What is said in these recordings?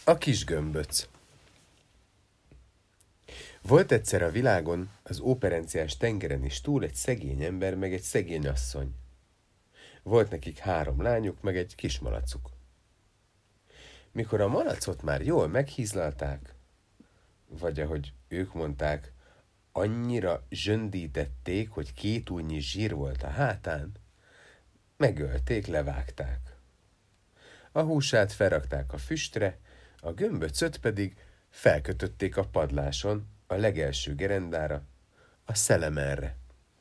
A kis gömböc. Volt egyszer a világon, az óperenciás tengeren is túl egy szegény ember, meg egy szegény asszony. Volt nekik 3 lányuk, meg egy kis malacuk. Mikor a malacot már jól meghízlalták, vagy ahogy ők mondták, annyira zsöndítették, hogy 2 ujjnyi zsír volt a hátán, megölték, levágták. A húsát felrakták a füstre, a gömböcöt pedig felkötötték a padláson, a legelső gerendára, a szelemenre.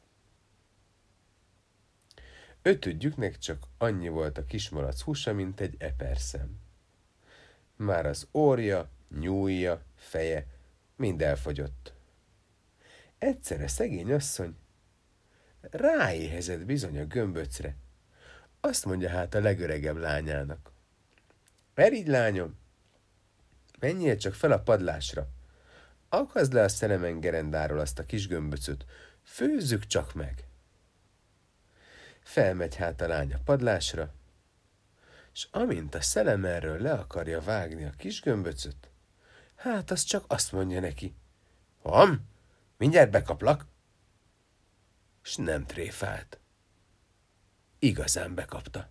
5 csak annyi volt a kismalac húsa, mint egy eperszem. Már az orrja, nyúlja, feje mind elfogyott. Egyszerre szegény asszony ráéhezett bizony a gömböcre. Azt mondja hát a legöregebb lányának: Erigy, lányom, menjél csak fel a padlásra, akaszd le a szelemen gerendáról azt a kis gömböcöt, főzzük csak meg. Felmegy hát a lány a padlásra, és amint a szelemenről le akarja vágni a kis gömböcöt, hát az csak azt mondja neki: mindjárt bekaplak. S nem tréfált. Igazán bekapta.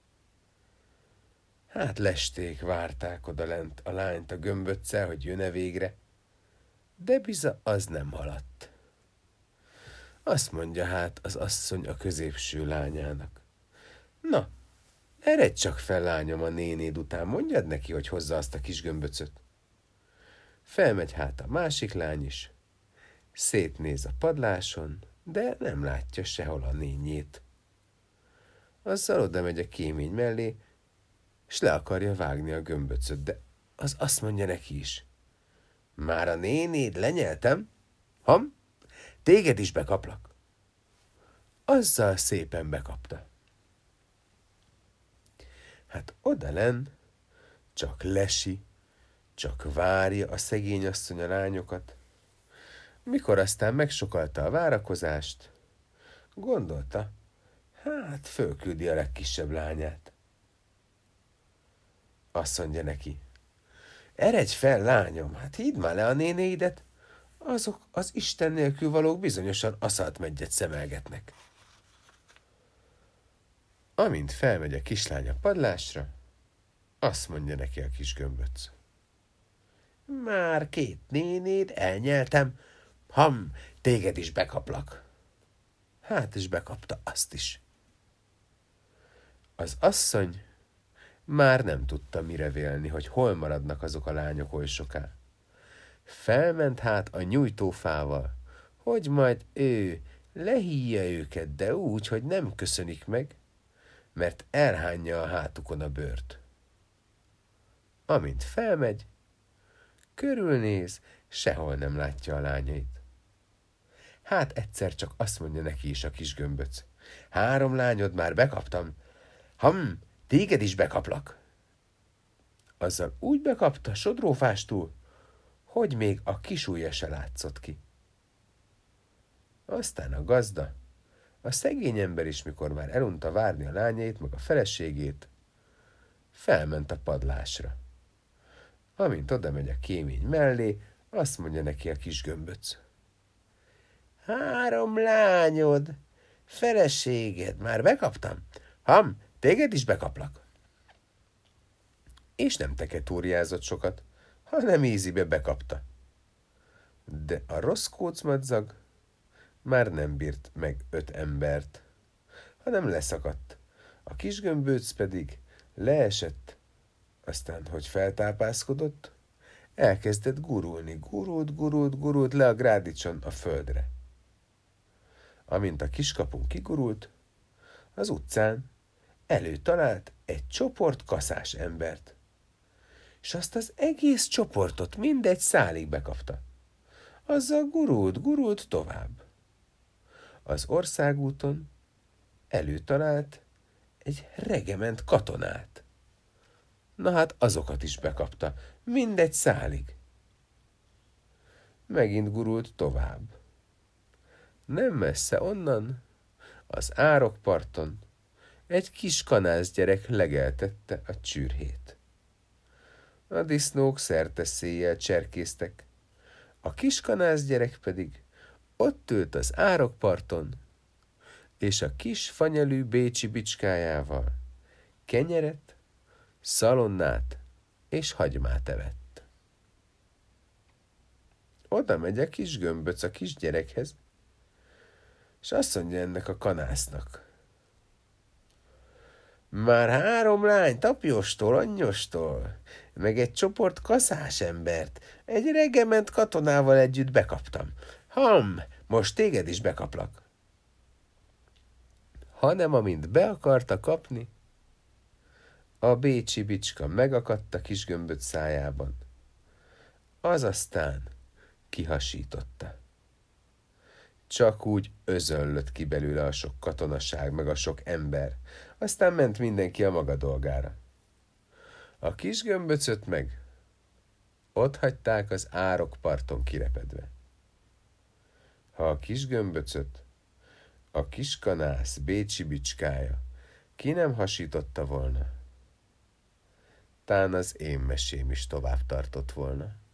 Hát lesték, várták odalent a lányt a gömböccel, hogy jön-e végre, de biza az nem haladt. Azt mondja hát az asszony a középső lányának: Na, eredj csak fel, lányom, a nénéd után, mondjad neki, hogy hozza azt a kis gömböcöt. Felmegy hát a másik lány is, szétnéz a padláson, de nem látja sehol a nényét. Azzal oda megy a kémény mellé, s le akarja vágni a gömböcöt, de az azt mondja neki is: Már a nénéd lenyeltem, téged is bekaplak. Azzal szépen bekapta. Hát odalenn csak lesi, csak várja a szegény asszony a lányokat. Mikor aztán megsokalta a várakozást, gondolta, hát fölküldi a legkisebb lányát. Azt mondja neki: Eredj fel, lányom, hát hidd már le a nénéidet, azok az Isten nélkül valók bizonyosan aszalt meggyet szemelgetnek. Amint felmegy a kislány a padlásra, azt mondja neki a kis gömböc: Már 2 nénéd elnyeltem, téged is bekaplak. Hát is bekapta azt is. Az asszony már nem tudta mire vélni, hogy hol maradnak azok a lányok oly soká. Felment hát a nyújtófával, hogy majd ő lehíja őket, de úgy, hogy nem köszönik meg, mert elhányja a hátukon a bőrt. Amint felmegy, körülnéz, sehol nem látja a lányait. Hát egyszer csak azt mondja neki is a kis gömböc: 3 lányod már bekaptam, téged is bekaplak. Azzal úgy bekapta sodrófástól, hogy még a kisujja se látszott ki. Aztán a gazda, a szegény ember is, mikor már elunta várni a lányait, meg a feleségét, felment a padlásra. Amint oda megy a kémény mellé, azt mondja neki a kis gömböc: 3 lányod, feleséged már bekaptam, téged is bekaplak. És nem teketúriázott sokat, hanem ízibe bekapta. De a rossz kócmadzag már nem bírt meg 5 embert, hanem leszakadt. A kis gömböc pedig leesett, aztán, hogy feltápászkodott, elkezdett gurulni, gurult le a grádicson a földre. Amint a kiskapun kigurult, az utcán előtalált egy csoport kaszás embert, s azt az egész csoportot mindegy szálig bekapta. Azzal gurult tovább. Az országúton előtalált egy regement katonát. Na hát azokat is bekapta, mindegy szálig. Megint gurult tovább. Nem messze onnan, az árokparton egy kis kanászgyerek legeltette a csürhét. A disznók szerteszéjjel cserkésztek, a kiskanász gyerek pedig ott ült az árokparton, és a kis fanyelű bécsi bicskájával kenyeret, szalonnát és hagymát evett. Oda megy a kis gömböc a kis gyerekhez, és azt mondja ennek a kanásznak: már 3 lányt apjostól, anyjostól, meg egy csoport kaszás embert egy regement katonával együtt bekaptam. Most téged is bekaplak. Hanem amint be akarta kapni, a bécsi bicska megakadt a kis gömböc szájában. Az aztán kihasította. Csak úgy özönlött ki belőle a sok katonaság, meg a sok ember. Aztán ment mindenki a maga dolgára. A kis gömböcöt meg ott hagyták az árokparton kirepedve. Ha a kis gömböcöt a kiskanász bécsi bicskája ki nem hasította volna, tán az én mesém is tovább tartott volna.